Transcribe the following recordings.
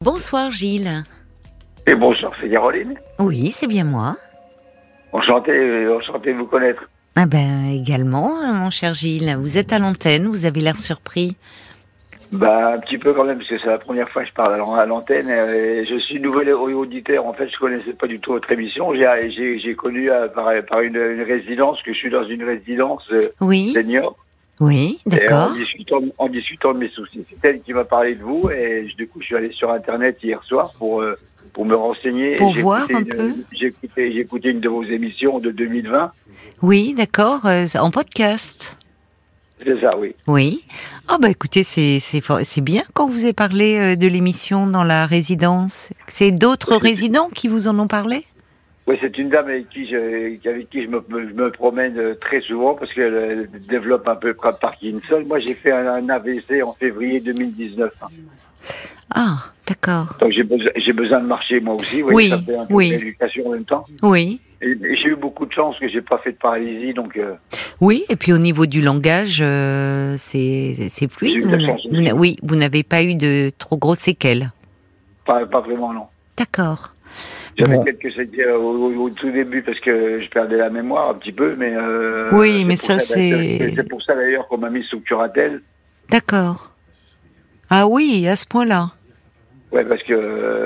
Bonsoir Gilles. Et bonsoir, c'est Caroline. Oui, c'est bien moi. Enchanté de vous connaître. Ah ben également, mon cher Gilles. Vous êtes à l'antenne, vous avez l'air surpris. Bah un petit peu quand même, parce que c'est la première fois que je parle à l'antenne. Et je suis nouvel auditeur. En fait, je connaissais pas du tout votre émission. J'ai connu par une résidence, que je suis dans une résidence Oui, senior. oui, Et d'accord. en discutant de mes soucis, c'est elle qui m'a parlé de vous. Et du coup, je suis allé sur Internet hier soir pour me renseigner. Pour Et voir un peu. J'ai écouté une de vos émissions de 2020. Oui, d'accord, en podcast. C'est ça, oui. Oui. Ah bah écoutez, c'est bien quand vous avez parlé de l'émission dans la résidence. C'est d'autres résidents qui vous en ont parlé ? Oui, c'est une dame avec qui je me promène très souvent parce qu'elle développe un peu Parkinson. Moi, j'ai fait un AVC en février 2019. Ah, d'accord. Donc j'ai besoin de marcher moi aussi. Oui, Ça fait un peu oui. d'éducation en même temps. Oui. Et j'ai eu beaucoup de chance que j'ai pas fait de paralysie, donc Oui, et puis au niveau du langage, c'est fluide. j'ai eu de la chance aussi. Oui, vous n'avez pas eu de trop grosses séquelles. Pas vraiment, non. D'accord. J'avais Bon. quelques séquelles au tout début parce que je perdais la mémoire un petit peu, mais Oui, mais ça, c'est pour ça d'ailleurs qu'on m'a mis sous curatelle. D'accord. Ah oui, à ce point-là. Ouais, parce que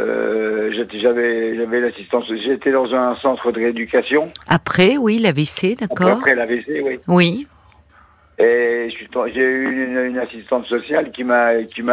j'avais l'assistance. J'étais dans un centre de rééducation. Après, oui, l'AVC, d'accord. Après l'AVC, oui. Oui. Et j'ai eu une assistante sociale qui m'a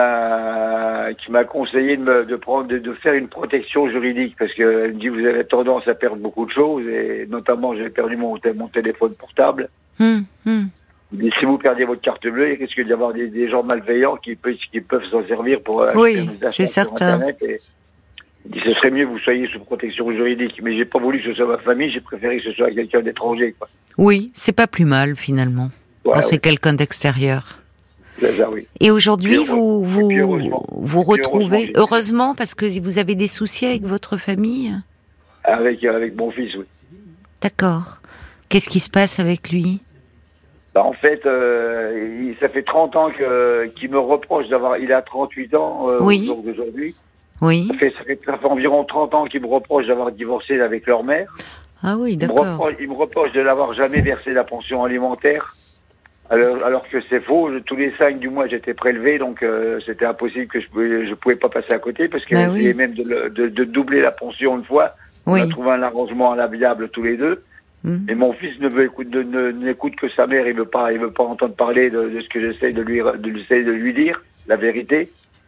conseillé de faire une protection juridique parce qu'elle me dit vous avez tendance à perdre beaucoup de choses et notamment j'ai perdu mon téléphone portable. Hum. Et si vous perdez votre carte bleue, il risque d'y avoir des gens malveillants qui peuvent s'en servir pour acheter Oui, des achats c'est sur certain. Internet. Et il dit ce serait mieux que vous soyez sous protection juridique. Mais j'ai pas voulu que ce soit ma famille, j'ai préféré que ce soit quelqu'un d'étranger, quoi. Oui, c'est pas plus mal finalement, Ouais, quand c'est ouais. quelqu'un d'extérieur. C'est ça, oui. Et aujourd'hui, Puis heureusement. vous retrouvez, Puis heureusement, parce que vous avez des soucis avec votre famille. avec mon fils, oui. D'accord. Qu'est-ce qui se passe avec lui ? Bah, en fait, ça fait 30 ans qu'il me reproche d'avoir... Il a 38 ans Oui. au jour d'aujourd'hui. Oui. Ça fait environ 30 ans qu'il me reproche d'avoir divorcé avec leur mère. Ah oui, Il me d'accord. reproche de n'avoir jamais versé la pension alimentaire. Alors que c'est faux. Tous les 5 du mois, j'étais prélevé, donc c'était impossible que je pouvais pas passer à côté parce que Bah oui. essayait même de doubler la pension une fois. On Oui. a trouvé un arrangement à l'amiable tous les deux. Hum. Et mon fils n'écoute que sa mère. Il veut pas entendre parler de ce que j'essaie de lui dire, la vérité.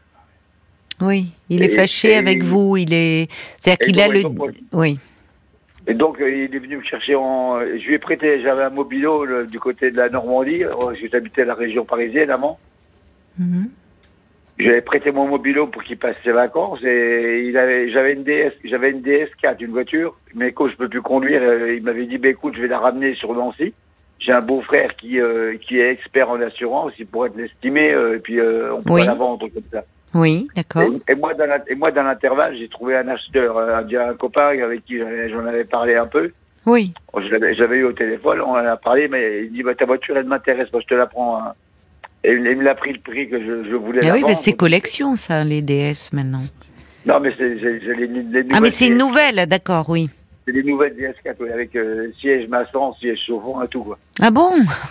Oui, il est fâché avec vous. C'est-à-dire qu'il a Oui. Et donc, il est venu me chercher je lui ai prêté, j'avais un mobilo du côté de la Normandie. J'habitais la région parisienne avant. Mhm. J'avais prêté mon mobilo pour qu'il passe ses vacances et j'avais une DS4, une voiture, mais quand je peux plus conduire, il m'avait dit, écoute, je vais la ramener sur Nancy. J'ai un beau-frère qui est expert en assurance, il pourrait te l'estimer, et puis on pourrait la vendre comme ça. Oui, d'accord. Et moi, dans l'intervalle, j'ai trouvé un acheteur, un copain avec qui j'en avais parlé un peu. Oui. J'avais eu au téléphone, on en a parlé, mais il dit, ta voiture, elle m'intéresse, moi je te la prends. Hein. Et il me l'a pris le prix que je voulais la Ah oui, vendre. mais c'est collection, ça, les DS maintenant. Non, mais c'est les nouvelles. Ah, mais c'est une nouvelle, d'accord, oui. C'est les nouvelles DS4, oui, avec siège maçon, siège chauffant et tout, quoi. Ah bon?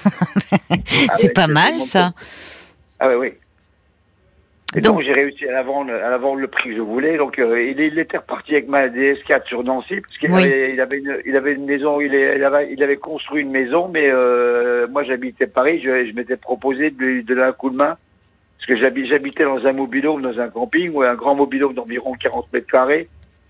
C'est Avec pas mal, ça. Ah oui, oui. Et Donc, donc j'ai réussi à la vendre le prix que je voulais. Donc il était reparti avec ma DS4 sur Nancy parce qu'il il avait une maison, il avait construit une maison, mais moi j'habitais Paris, je m'étais proposé de lui donner un coup de main parce que j'habitais dans un mobil-home, dans un camping ou un grand mobil-home d'environ 40 mètres carrés.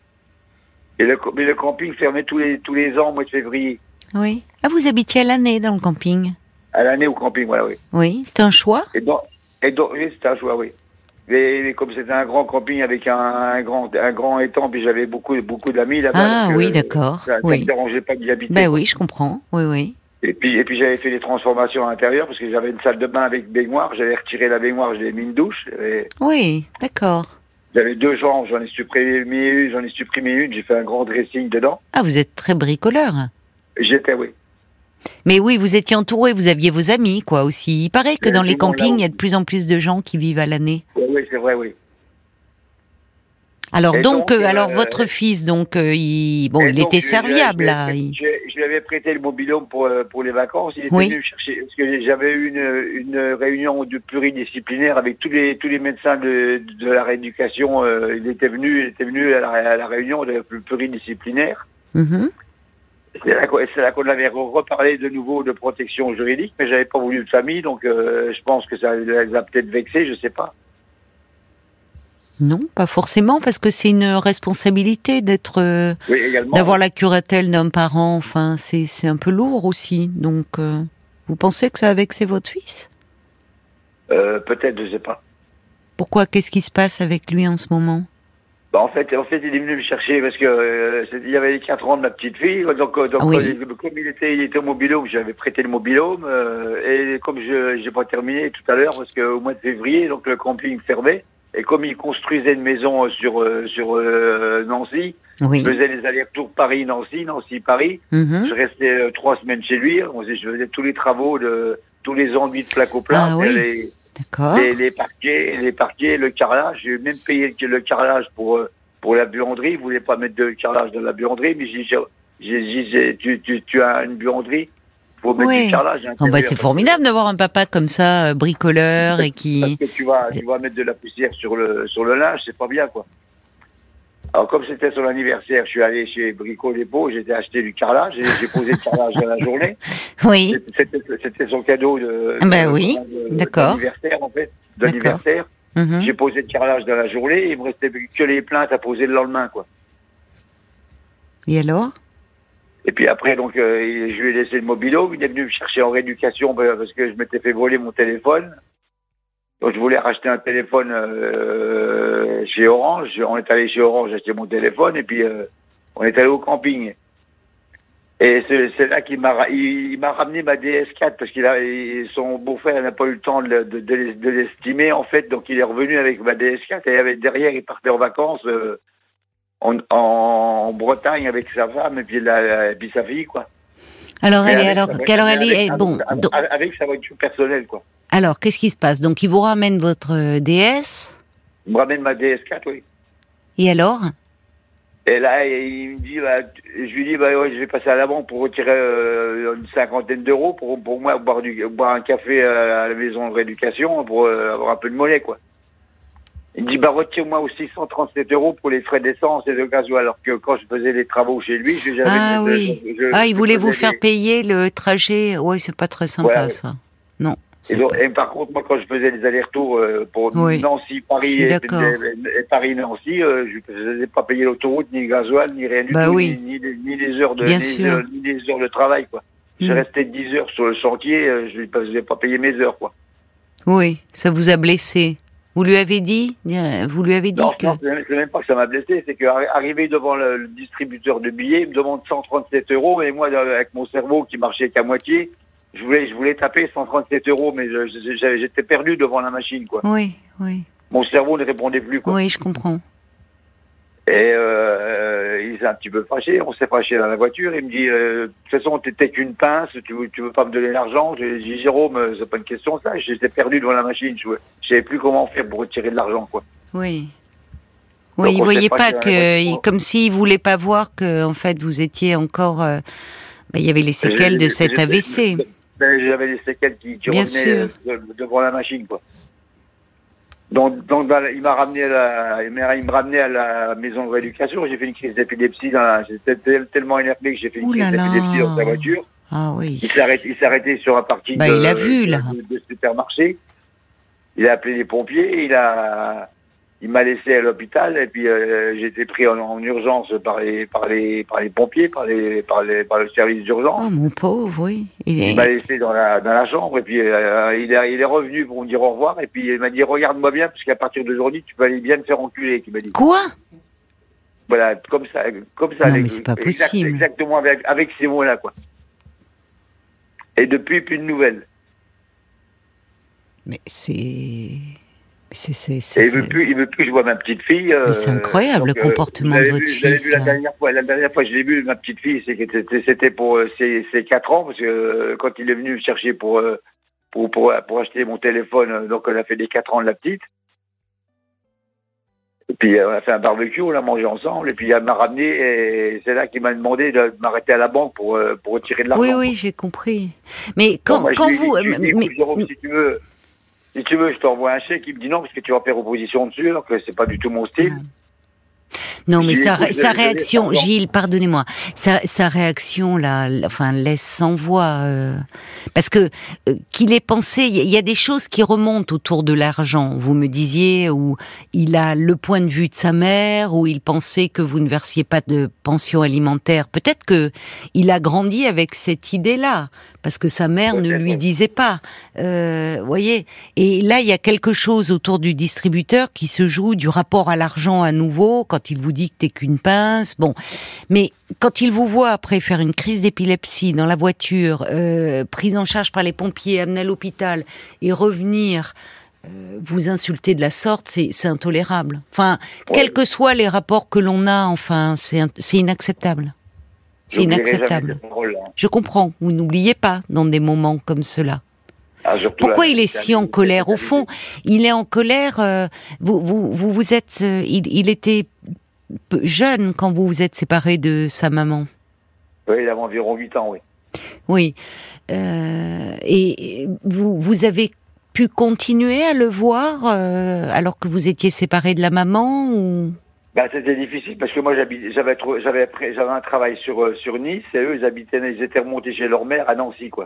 Et mais le camping fermait tous les ans au mois de février. Oui. Ah, vous habitiez à l'année dans le camping? À l'année au camping, voilà, oui. Oui, c'était un choix? Et donc oui, c'était un choix, oui. Mais comme c'était un grand camping avec un grand étang, puis j'avais beaucoup d'amis là-bas. Ah donc, oui, d'accord. Ça ne me dérangeait pas d'y habiter. Ben oui, je comprends. Oui, oui. Et puis j'avais fait des transformations à l'intérieur parce que j'avais une salle de bain avec baignoire. J'avais retiré la baignoire, j'avais mis une douche. Oui, d'accord. J'avais 2 chambres, j'en ai supprimé une. J'ai fait un grand dressing dedans. Ah, vous êtes très bricoleur. Oui. Mais oui, vous étiez entouré, vous aviez vos amis, quoi, aussi. Il paraît que dans les campings, il y a de plus en plus de gens qui vivent à l'année. Oui, c'est vrai, oui. Alors Et donc, donc, alors votre fils, donc, il donc, était serviable là. je lui avais prêté le mobil-home pour les vacances. Il était Oui. venu me chercher parce que j'avais eu une réunion de pluridisciplinaire avec tous les médecins de la rééducation. Il était venu à la réunion de pluridisciplinaire. Mhm. C'est là qu'on avait reparlé de nouveau de protection juridique, mais j'avais pas voulu de famille, donc je pense que ça les a peut-être vexés, je sais pas. Non, pas forcément, parce que c'est une responsabilité d'être, Oui, également. d'avoir la curatelle d'un parent. Enfin, c'est un peu lourd aussi. Donc, vous pensez que ça a vexé votre fils? Peut-être, je sais pas. Pourquoi? Qu'est-ce qui se passe avec lui en ce moment? Bah, en fait, il est venu me chercher parce que il y avait les 4 ans de ma petite fille. Donc, Ah oui. comme il était au mobil-home, j'avais prêté le mobil-home. Et comme j'ai pas terminé tout à l'heure, parce qu'au mois de février, donc le camping fermait. Et comme il construisait une maison sur Nancy, Oui. je faisais les allers-retours Paris-Nancy, Nancy-Paris. Mhm. Je restais 3 semaines chez lui. Je faisais tous les travaux tous les enduits de plaque au plat. Ah oui. D'accord. Les parquets, le carrelage. J'ai même payé le carrelage pour la buanderie. Ils voulaient pas mettre de carrelage dans la buanderie, mais j'ai dit, tu as une buanderie, faut mettre du Oui. carrelage. Oh, bah, c'est formidable d'avoir un papa comme ça, bricoleur et Parce qui. que tu vas mettre de la poussière sur le linge, c'est pas bien, quoi. Alors, comme c'était son anniversaire, je suis allé chez Brico Dépôt, j'ai acheté du carrelage, et j'ai posé le carrelage dans la journée. Oui. C'était son cadeau Oui. D'accord. d'anniversaire, en fait, d'anniversaire. Mhm. J'ai posé le carrelage dans la journée, il me restait que les plaintes à poser le lendemain, quoi. Et alors? Et puis après, donc, je lui ai laissé le mobilo, il est venu me chercher en rééducation parce que je m'étais fait voler mon téléphone. Donc, je voulais racheter un téléphone chez Orange. On est allé chez Orange acheter mon téléphone et puis on est allé au camping. Et c'est là qu'il m'a ramené ma DS4 parce son beau-frère n'a pas eu le temps de l'estimer en fait. Donc il est revenu avec ma DS4 et derrière il partait en vacances en Bretagne avec sa femme et puis sa fille quoi. Alors, Mais avec sa voiture personnelle quoi. Alors, qu'est-ce qui se passe? Donc, il vous ramène votre DS. Il me ramène ma DS4, oui. Et alors? Et là, il me dit, je lui dis, ouais, je vais passer à la banque pour retirer une 50aine d'euros pour moi boire un café à la maison de rééducation pour avoir un peu de monnaie, quoi. Il me dit, retire-moi aussi 137 euros pour les frais d'essence et de gasoil, alors que quand je faisais les travaux chez lui, il voulait vous faire payer le trajet. Oui, c'est pas très sympa, ça. Non. Et par contre, moi, quand je faisais les allers-retours pour Nancy, Paris et Paris-Nancy, je ne faisais pas payer l'autoroute, ni le gasoil, ni rien du tout, ni les heures de travail, quoi. Je restais 10 heures sur le chantier, je ne faisais pas payer mes heures, quoi. Oui, ça vous a blessé. Vous lui avez dit Non, c'est même pas que ça m'a blessé, c'est qu'arrivé devant le distributeur de billets, il me demande 137 euros, et moi, avec mon cerveau qui marchait qu'à moitié, je voulais taper 137 euros, mais j'étais perdu devant la machine, quoi. Oui. Mon cerveau ne répondait plus, quoi. Oui, je comprends. Et il s'est un petit peu fâché, on s'est fâché dans la voiture, il me dit, de toute façon, t'étais qu'une pince, tu veux pas me donner l'argent? J'ai dit, Jérôme, c'est pas une question, ça, j'étais perdu devant la machine, je savais plus comment faire pour retirer de l'argent, quoi. Oui. Oui, il voyait pas comme s'il voulait pas voir que, en fait, vous étiez encore, il y avait les séquelles de cet AVC. J'avais les séquelles qui revenaient devant la machine, quoi. Donc il me ramenait à la maison de rééducation. J'ai fait une crise d'épilepsie. J'étais tellement énervé que j'ai fait une crise d'épilepsie dans sa voiture. Ah oui. Il s'est arrêté sur un parking de supermarché. Il a appelé les pompiers. Il m'a laissé à l'hôpital et puis j'ai été pris en urgence par les pompiers, par le service d'urgence. Oh mon pauvre, oui. Il m'a laissé dans la chambre et puis il est revenu pour me dire au revoir et puis il m'a dit regarde-moi bien parce qu'à partir d'aujourd'hui tu peux aller bien me faire enculer, qu'il m'a dit. Quoi? Voilà, comme ça. Non, mais c'est pas possible. Exactement avec ces mots-là, quoi. Et depuis plus de nouvelles. Mais il veut plus que je vois ma petite fille. Mais c'est incroyable le comportement de votre fils. Je l'avais vu la dernière fois, je l'ai vu, ma petite fille, c'était pour ses 4 ans, parce que quand il est venu me chercher pour acheter mon téléphone, donc elle a fait les 4 ans de la petite. Et puis on a fait un barbecue, on a mangé ensemble, et puis elle m'a ramené, et c'est là qu'il m'a demandé de m'arrêter à la banque pour retirer de l'argent. Oui, oui, j'ai compris. Mais quand, Moi, quand je vous... lui ai dit, écoute, Jérôme, si tu veux, je t'envoie un chèque. Il me dit non, parce que tu vas faire opposition dessus, alors que c'est pas du tout mon style. Non, mais J'ai dit, sa écoute, réaction, Gilles, pardonnez-moi, sa réaction là, enfin, laisse sans voix, parce que qu'il ait pensé, il y a des choses qui remontent autour de l'argent. Vous me disiez où il a le point de vue de sa mère, où il pensait que vous ne versiez pas de pension alimentaire. Peut-être que il a grandi avec cette idée-là, parce que sa mère ne lui disait pas. Voyez. Et là, il y a quelque chose autour du distributeur qui se joue du rapport à l'argent à nouveau, quand il vous dit que t'es qu'une pince. Bon. Mais quand il vous voit après faire une crise d'épilepsie dans la voiture, prise en charge par les pompiers, amené à l'hôpital, et revenir vous insulter de la sorte, c'est intolérable. Enfin, quels que soient les rapports que l'on a, enfin, c'est inacceptable. C'est inacceptable. Je comprends. Vous n'oubliez pas dans des moments comme cela. Pourquoi il est si en colère? Au fond, il est en colère. Vous êtes. Il était jeune quand vous vous êtes séparé de sa maman. Oui, il avait environ 8 ans, oui. Oui. Et vous avez pu continuer à le voir alors que vous étiez séparé de la maman ou... Ben, c'était difficile parce que moi j'avais un travail sur Nice et eux ils étaient remontés chez leur mère à Nancy, quoi.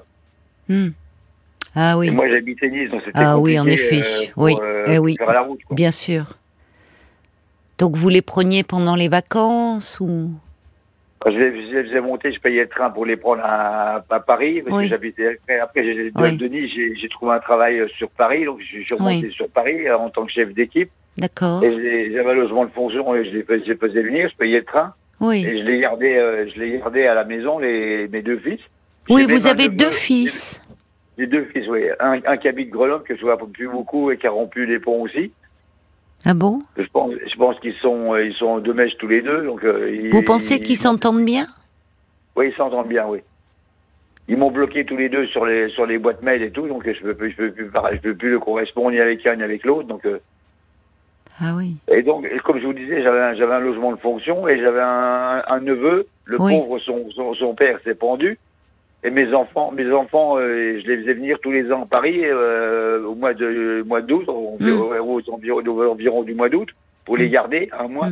Ah oui. Et moi j'habitais Nice, donc c'était compliqué. Oui, en effet. Oui. Oui. Faire la route, quoi. Bien sûr. Donc vous les preniez pendant les vacances ou... Quand je les faisais monter, je payais le train pour les prendre à Paris parce que j'habitais. Après de Nice, j'ai trouvé un travail sur Paris, donc je suis remonté sur Paris en tant que chef d'équipe. D'accord. Et j'avais un logement de fonction et je les faisais venir, je payais le train. Oui. Et je les gardais à la maison, mes 2 fils. Oui, vous avez 2 fils. J'ai 2 fils, oui. Un qui habite Grenoble, que je vois plus beaucoup et qui a rompu les ponts aussi. Ah bon? Je pense qu'ils sont 2 mèches tous les deux. Donc, vous pensez qu'ils s'entendent bien? Oui, ils s'entendent bien, oui. Ils m'ont bloqué tous les deux sur les boîtes mail et tout, donc je peux plus le correspondre ni avec un ni avec l'autre, donc. Ah oui. Et donc, comme je vous disais, j'avais un logement de fonction et j'avais un neveu. Le pauvre, son père s'est pendu. Et mes enfants, je les faisais venir tous les ans à Paris au mois d'août, environ du mois d'août, pour les garder un mois.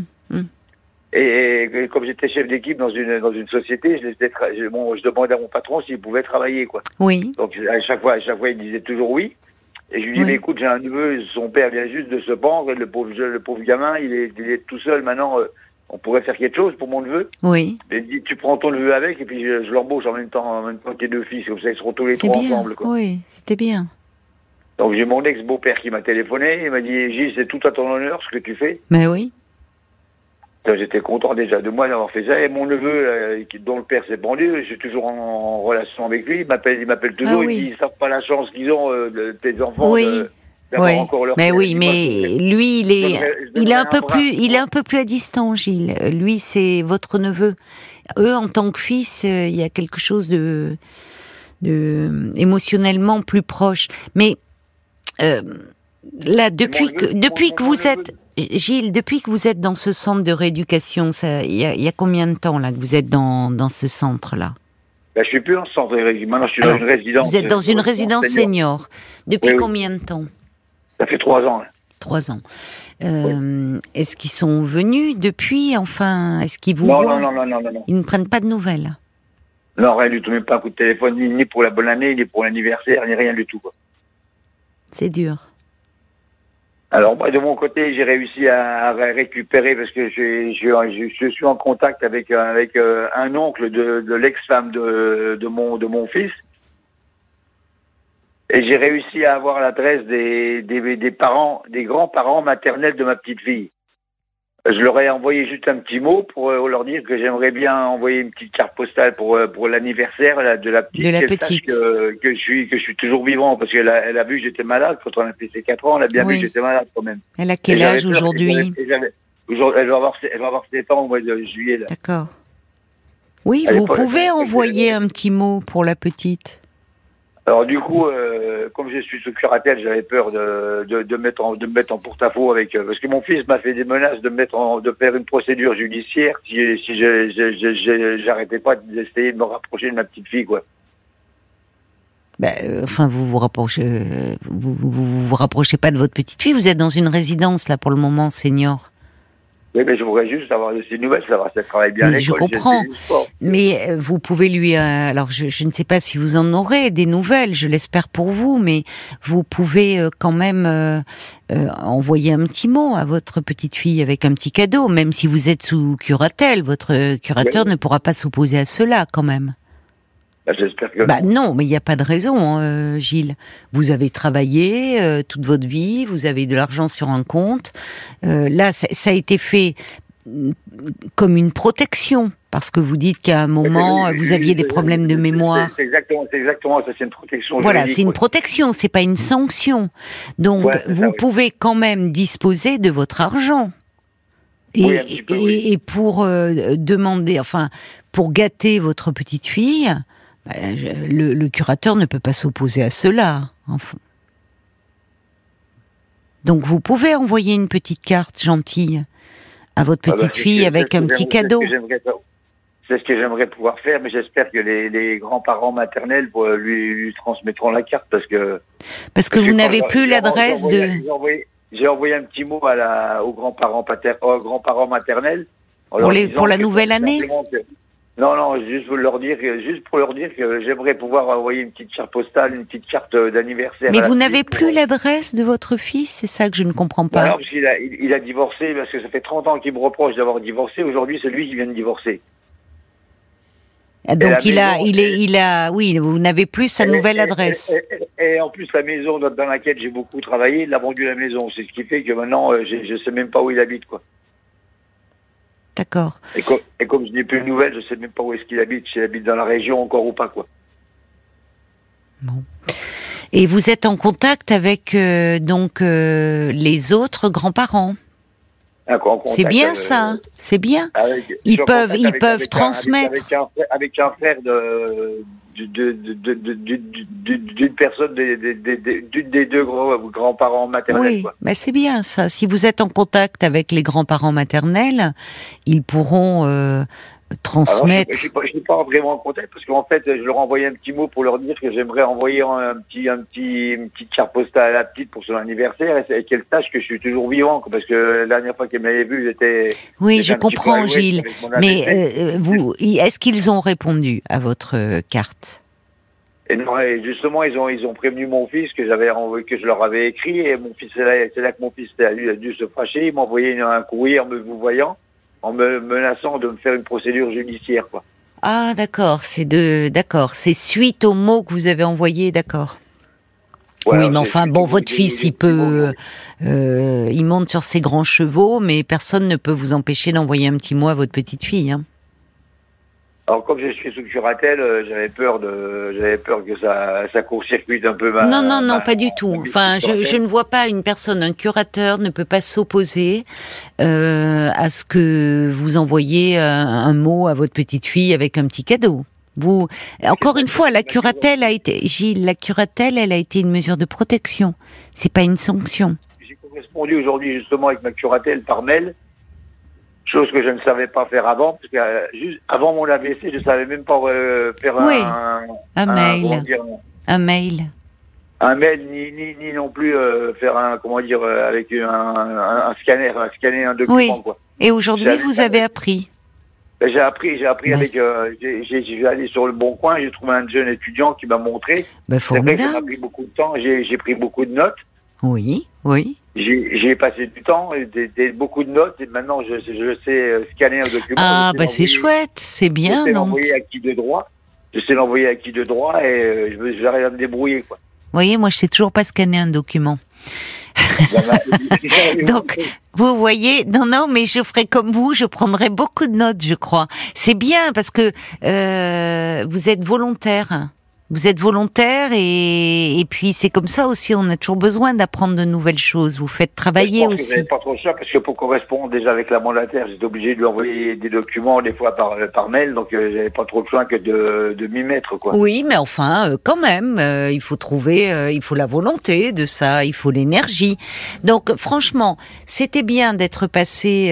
Et comme j'étais chef d'équipe dans une société, je demandais à mon patron s'il pouvait travailler, quoi. Oui. Donc à chaque fois, il disait toujours oui. Et je lui dis, mais écoute, j'ai un neveu, son père vient juste de se pendre, et le pauvre gamin, il est tout seul maintenant. On pourrait faire quelque chose pour mon neveu. Oui. Et il dit, tu prends ton neveu avec, et puis je l'embauche en même temps que tes 2 fils, comme ça ils seront tous les 3 ensemble, quoi. Oui, c'était bien. Donc j'ai mon ex-beau-père qui m'a téléphoné, il m'a dit, Gilles, c'est tout à ton honneur ce que tu fais. Mais oui. Donc, j'étais content déjà de moi d'avoir fait ça. Et mon neveu, dont le père s'est pendu, je suis toujours en relation avec lui. Il m'appelle toujours. Il dit, ils savent pas la chance qu'ils ont tes enfants. Oui. Encore leur mais père. Oui, mais lui, il est un peu plus à distance, Gilles. Lui, c'est votre neveu. Eux, en tant que fils, il y a quelque chose de émotionnellement plus proche. Mais là, depuis que vous êtes, Gilles, depuis que vous êtes dans ce centre de rééducation, il y a combien de temps là que vous êtes dans ce centre-là? Je suis plus en centre de rééducation. Maintenant, je suis dans une résidence. Vous êtes dans une résidence senior. Depuis combien de temps? Ça fait 3 ans. Là. 3 ans. Est-ce qu'ils sont venus depuis? Enfin, est-ce qu'ils vous voient? Non. Ils ne prennent pas de nouvelles? Non, rien du tout. Même pas un coup de téléphone, ni pour la bonne année, ni pour l'anniversaire, ni rien du tout, quoi. C'est dur. Alors, moi, de mon côté, j'ai réussi à récupérer, parce que je suis en contact avec un oncle de l'ex-femme de mon fils. Et j'ai réussi à avoir l'adresse des parents, des grands-parents maternels de ma petite fille. Je leur ai envoyé juste un petit mot pour leur dire que j'aimerais bien envoyer une petite carte postale pour l'anniversaire de la petite. De la petite. Que je suis toujours vivant, parce qu'elle a vu que j'étais malade quand on a fait ses 4 ans. Elle a bien vu que j'étais malade quand même. Elle a quel âge aujourd'hui? Elle va avoir 7 ans au mois de juillet. Là. D'accord. Oui, vous pouvez envoyer un petit mot pour la petite. Alors du coup, comme je suis sous curatelle, j'avais peur de me mettre en porte-à-faux avec parce que mon fils m'a fait des menaces de faire une procédure judiciaire si j'arrêtais pas d'essayer de me rapprocher de ma petite fille, quoi. Enfin, vous vous rapprochez pas de votre petite fille. Vous êtes dans une résidence là pour le moment, senior. Oui, mais je voudrais juste avoir de ces nouvelles, savoir si elle travaille bien à l'école. Je comprends. Mais vous pouvez lui... alors, je ne sais pas si vous en aurez des nouvelles, je l'espère pour vous, mais vous pouvez quand même envoyer un petit mot à votre petite fille avec un petit cadeau, même si vous êtes sous curatelle. Votre curateur ne pourra pas s'opposer à cela, quand même. J'espère que non, mais il n'y a pas de raison, Gilles. Vous avez travaillé toute votre vie, vous avez de l'argent sur un compte. Là, ça a été fait comme une protection, parce que vous dites qu'à un moment, vous aviez des problèmes de mémoire. C'est exactement ça, c'est une protection. Voilà, c'est une protection, c'est pas une sanction. Donc, vous pouvez quand même disposer de votre argent. Et pour demander, enfin, pour gâter votre petite fille... Le curateur ne peut pas s'opposer à cela. Enfin. Donc vous pouvez envoyer une petite carte gentille à votre petite fille avec un petit cadeau. C'est ce que j'aimerais pouvoir faire, mais j'espère que les grands-parents maternels lui transmettront la carte parce que vous n'avez plus l'adresse de... J'ai envoyé un petit mot aux grands-parents maternels. Pour la nouvelle année. Non, juste pour leur dire que j'aimerais pouvoir envoyer une petite carte postale, une petite carte d'anniversaire. Mais vous n'avez plus l'adresse de votre fils, c'est ça que je ne comprends pas. Non, parce qu'il a divorcé, parce que ça fait 30 ans qu'il me reproche d'avoir divorcé. Aujourd'hui, c'est lui qui vient de divorcer. Donc oui, vous n'avez plus sa nouvelle adresse. Et en plus, la maison dans laquelle j'ai beaucoup travaillé, il a vendu la maison. C'est ce qui fait que maintenant, je sais même pas où il habite, quoi. D'accord. Et comme je n'ai plus de nouvelles, je sais même pas où est-ce qu'il habite, s'il habite dans la région encore ou pas, quoi. Bon. Et vous êtes en contact avec les autres grands-parents. C'est bien ça, c'est bien. Ils peuvent transmettre. Avec un frère d'une personne d'une des deux grands-parents maternels. Oui, mais c'est bien ça. Si vous êtes en contact avec les grands-parents maternels, ils pourront transmettre. Alors, je suis pas vraiment en contact parce qu'en fait, je leur ai envoyé un petit mot pour leur dire que j'aimerais envoyer une petite carte postale à la petite pour son anniversaire et qu'elle sache que je suis toujours vivant, parce que la dernière fois qu'elle m'avait vu, j'étais. Oui, je comprends, Gilles. Mais est-ce qu'ils ont répondu à votre carte? Et non, et justement, ils ont prévenu mon fils que je leur avais écrit, et mon fils, c'est là que mon fils a dû se fâcher. Il m'a envoyé un courrier en me vous voyant, en me menaçant de me faire une procédure judiciaire, quoi. Ah, d'accord, c'est suite aux mots que vous avez envoyés, d'accord. Ouais, oui, mais enfin, bon, votre fils, il monte sur ses grands chevaux, mais personne ne peut vous empêcher d'envoyer un petit mot à votre petite fille, hein. Alors, comme je suis sous curatelle, j'avais peur que ça court-circuite un peu Non, pas du tout. Enfin, je ne vois pas un curateur ne peut pas s'opposer à ce que vous envoyiez un mot à votre petite fille avec un petit cadeau. Encore une fois, la curatelle, elle a été une mesure de protection. C'est pas une sanction. J'ai correspondu aujourd'hui justement avec ma curatelle par mail. Chose que je ne savais pas faire avant, parce que juste avant mon AVC, je savais même pas faire un mail. Un mail. Un mail, ni non plus faire avec un scanner un document, quoi. Et aujourd'hui, vous avez appris. J'ai appris avec. J'ai allé sur le Bon Coin, j'ai trouvé un jeune étudiant qui m'a montré. C'est vrai que ça m'a pris beaucoup de temps. J'ai pris beaucoup de notes. Oui. J'ai passé du temps, beaucoup de notes, et maintenant je sais scanner un document. Ah, c'est chouette, c'est bien, non? Je sais l'envoyer à qui de droit, et j'arrive à me débrouiller, quoi. Vous voyez, moi je sais toujours pas scanner un document. Donc, vous voyez, non, mais je ferai comme vous, je prendrai beaucoup de notes, je crois. C'est bien parce que vous êtes volontaire. Vous êtes volontaire et puis c'est comme ça aussi, on a toujours besoin d'apprendre de nouvelles choses. Vous faites travailler aussi. Je n'avais pas trop ça parce que pour correspondre déjà avec la mandataire, j'étais obligé de lui envoyer des documents des fois par mail, donc j'avais pas trop le choix que de m'y mettre, quoi. Oui, mais enfin, quand même, il faut trouver, il faut la volonté de ça, il faut l'énergie. Donc franchement, c'était bien d'être passé.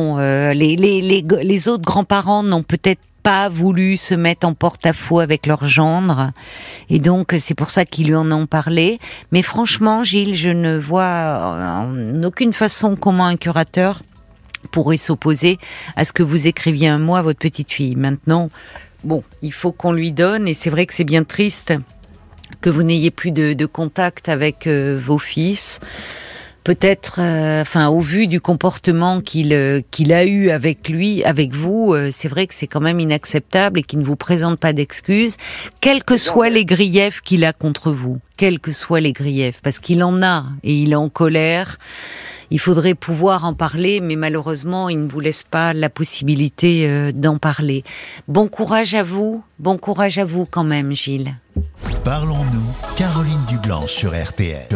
Les autres grands-parents n'ont peut-être pas voulu se mettre en porte-à-faux avec leur gendre, et donc c'est pour ça qu'ils lui en ont parlé. Mais franchement, Gilles, je ne vois en aucune façon comment un curateur pourrait s'opposer à ce que vous écriviez un mot à votre petite fille. Maintenant, bon, il faut qu'on lui donne, et c'est vrai que c'est bien triste que vous n'ayez plus de contact avec vos fils. Peut-être, au vu du comportement qu'il a eu avec vous, c'est vrai que c'est quand même inacceptable et qu'il ne vous présente pas d'excuses, quels que soient les griefs qu'il a contre vous, quels que soient les griefs, parce qu'il en a et il est en colère. Il faudrait pouvoir en parler, mais malheureusement, il ne vous laisse pas la possibilité d'en parler. Bon courage à vous quand même, Gilles. Parlons-nous, Caroline Dublanche sur RTL.